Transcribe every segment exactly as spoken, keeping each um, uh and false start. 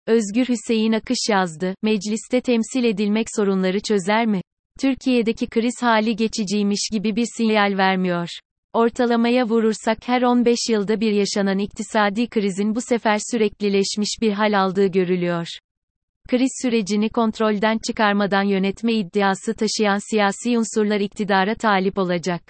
Özgür Hüseyin Akış yazdı, mecliste temsil edilmek sorunları çözer mi? Türkiye'deki kriz hali geçiciymiş gibi bir sinyal vermiyor. Ortalamaya vurursak her on beş yılda bir yaşanan iktisadi krizin bu sefer süreklileşmiş bir hal aldığı görülüyor. Kriz sürecini kontrolden çıkarmadan yönetme iddiası taşıyan siyasi unsurlar iktidara talip olacak.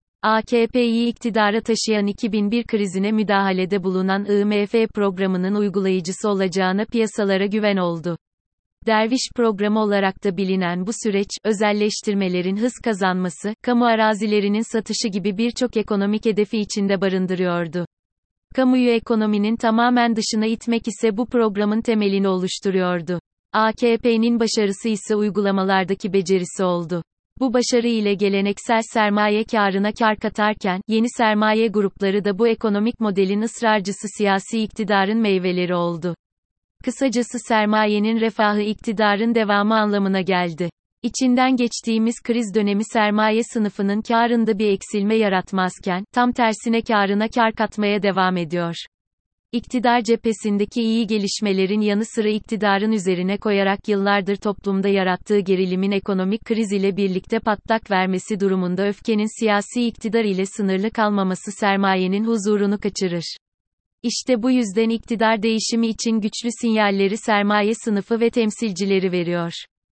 A K P'yi iktidara taşıyan iki bin bir krizine müdahalede bulunan I M F programının uygulayıcısı olacağına piyasalara güven oldu. Derviş programı olarak da bilinen bu süreç, özelleştirmelerin hız kazanması, kamu arazilerinin satışı gibi birçok ekonomik hedefi içinde barındırıyordu. Kamuyu ekonominin tamamen dışına itmek ise bu programın temelini oluşturuyordu. A K P'nin başarısı ise uygulamalardaki becerisi oldu. Bu başarı ile geleneksel sermaye kârına kâr katarken, yeni sermaye grupları da bu ekonomik modelin ısrarcısı siyasi iktidarın meyveleri oldu. Kısacası sermayenin refahı iktidarın devamı anlamına geldi. İçinden geçtiğimiz kriz dönemi sermaye sınıfının kârında bir eksilme yaratmazken, tam tersine kârına kâr katmaya devam ediyor. İktidar cephesindeki iyi gelişmelerin yanı sıra iktidarın üzerine koyarak yıllardır toplumda yarattığı gerilimin ekonomik kriz ile birlikte patlak vermesi durumunda öfkenin siyasi iktidar ile sınırlı kalmaması sermayenin huzurunu kaçırır. İşte bu yüzden iktidar değişimi için güçlü sinyalleri sermaye sınıfı ve temsilcileri veriyor.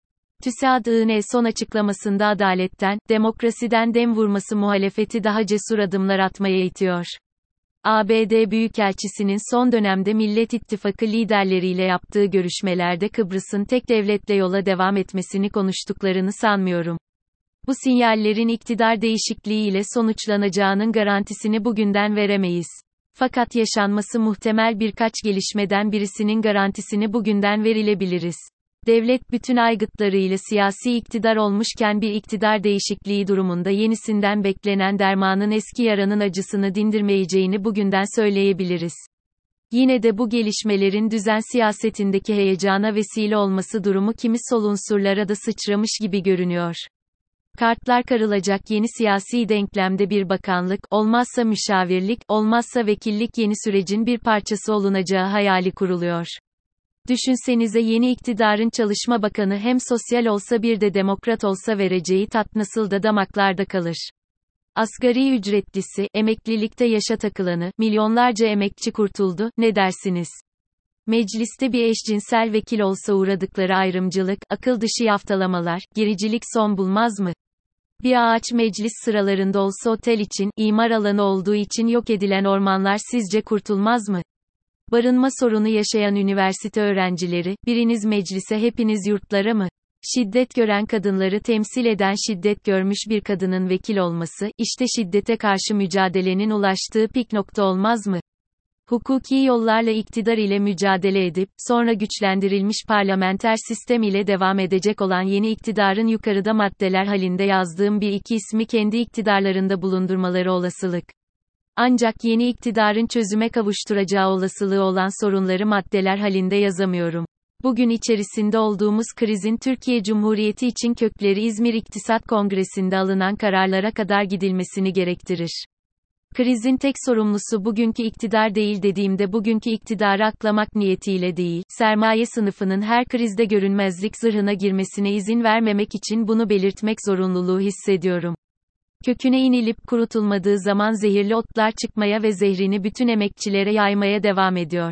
TÜSAD-ın son açıklamasında adaletten, demokrasiden dem vurması muhalefeti daha cesur adımlar atmaya itiyor. A B D Büyükelçisi'nin son dönemde Millet İttifakı liderleriyle yaptığı görüşmelerde Kıbrıs'ın tek devletle yola devam etmesini konuştuklarını sanmıyorum. Bu sinyallerin iktidar değişikliği ile sonuçlanacağının garantisini bugünden veremeyiz. Fakat yaşanması muhtemel birkaç gelişmeden birisinin garantisini bugünden verilebiliriz. Devlet bütün aygıtlarıyla siyasi iktidar olmuşken bir iktidar değişikliği durumunda yenisinden beklenen dermanın eski yaranın acısını dindirmeyeceğini bugünden söyleyebiliriz. Yine de bu gelişmelerin düzen siyasetindeki heyecana vesile olması durumu kimi sol unsurlara da sıçramış gibi görünüyor. Kartlar karılacak yeni siyasi denklemde bir bakanlık, olmazsa müşavirlik, olmazsa vekillik yeni sürecin bir parçası olunacağı hayali kuruluyor. Düşünsenize yeni iktidarın Çalışma Bakanı hem sosyal olsa bir de demokrat olsa vereceği tat nasıl da damaklarda kalır. Asgari ücretlisi, emeklilikte yaşa takılanı, milyonlarca emekçi kurtuldu, ne dersiniz? Mecliste bir eşcinsel vekil olsa uğradıkları ayrımcılık, akıl dışı yaftalamalar, gericilik son bulmaz mı? Bir ağaç meclis sıralarında olsa otel için, imar alanı olduğu için yok edilen ormanlar sizce kurtulmaz mı? Barınma sorunu yaşayan üniversite öğrencileri, biriniz meclise hepiniz yurtlara mı? Şiddet gören kadınları temsil eden şiddet görmüş bir kadının vekil olması, işte şiddete karşı mücadelenin ulaştığı pik nokta olmaz mı? Hukuki yollarla iktidar ile mücadele edip, sonra güçlendirilmiş parlamenter sistem ile devam edecek olan yeni iktidarın yukarıda maddeler halinde yazdığım bir iki ismi kendi iktidarlarında bulundurmaları olasılık. Ancak yeni iktidarın çözüme kavuşturacağı olasılığı olan sorunları maddeler halinde yazamıyorum. Bugün içerisinde olduğumuz krizin Türkiye Cumhuriyeti için kökleri İzmir İktisat Kongresi'nde alınan kararlara kadar gidilmesini gerektirir. Krizin tek sorumlusu bugünkü iktidar değil dediğimde bugünkü iktidarı aklamak niyetiyle değil, sermaye sınıfının her krizde görünmezlik zırhına girmesine izin vermemek için bunu belirtmek zorunluluğu hissediyorum. Köküne inilip kurutulmadığı zaman zehirli otlar çıkmaya ve zehrini bütün emekçilere yaymaya devam ediyor.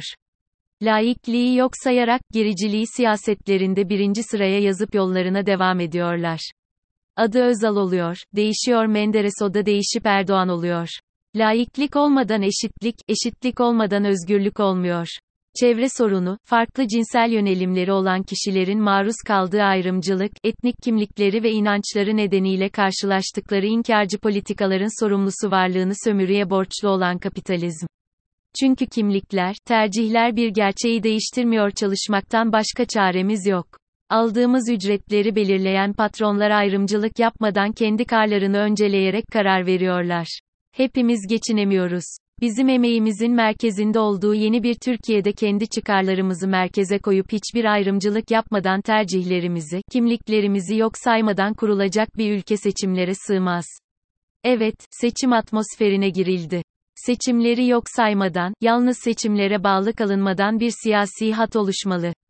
Laikliği yok sayarak, gericiliği siyasetlerinde birinci sıraya yazıp yollarına devam ediyorlar. Adı Özal oluyor, değişiyor Menderes o da değişip Erdoğan oluyor. Laiklik olmadan eşitlik, eşitlik olmadan özgürlük olmuyor. Çevre sorunu, farklı cinsel yönelimleri olan kişilerin maruz kaldığı ayrımcılık, etnik kimlikleri ve inançları nedeniyle karşılaştıkları inkarcı politikaların sorumlusu varlığını sömürüye borçlu olan kapitalizm. Çünkü kimlikler, tercihler bir gerçeği değiştirmiyor, çalışmaktan başka çaremiz yok. Aldığımız ücretleri belirleyen patronlar ayrımcılık yapmadan kendi karlarını önceleyerek karar veriyorlar. Hepimiz geçinemiyoruz. Bizim emeğimizin merkezinde olduğu yeni bir Türkiye'de kendi çıkarlarımızı merkeze koyup hiçbir ayrımcılık yapmadan tercihlerimizi, kimliklerimizi yok saymadan kurulacak bir ülke seçimlere sığmaz. Evet, seçim atmosferine girildi. Seçimleri yok saymadan, yalnız seçimlere bağlı kalınmadan bir siyasi hat oluşmalı.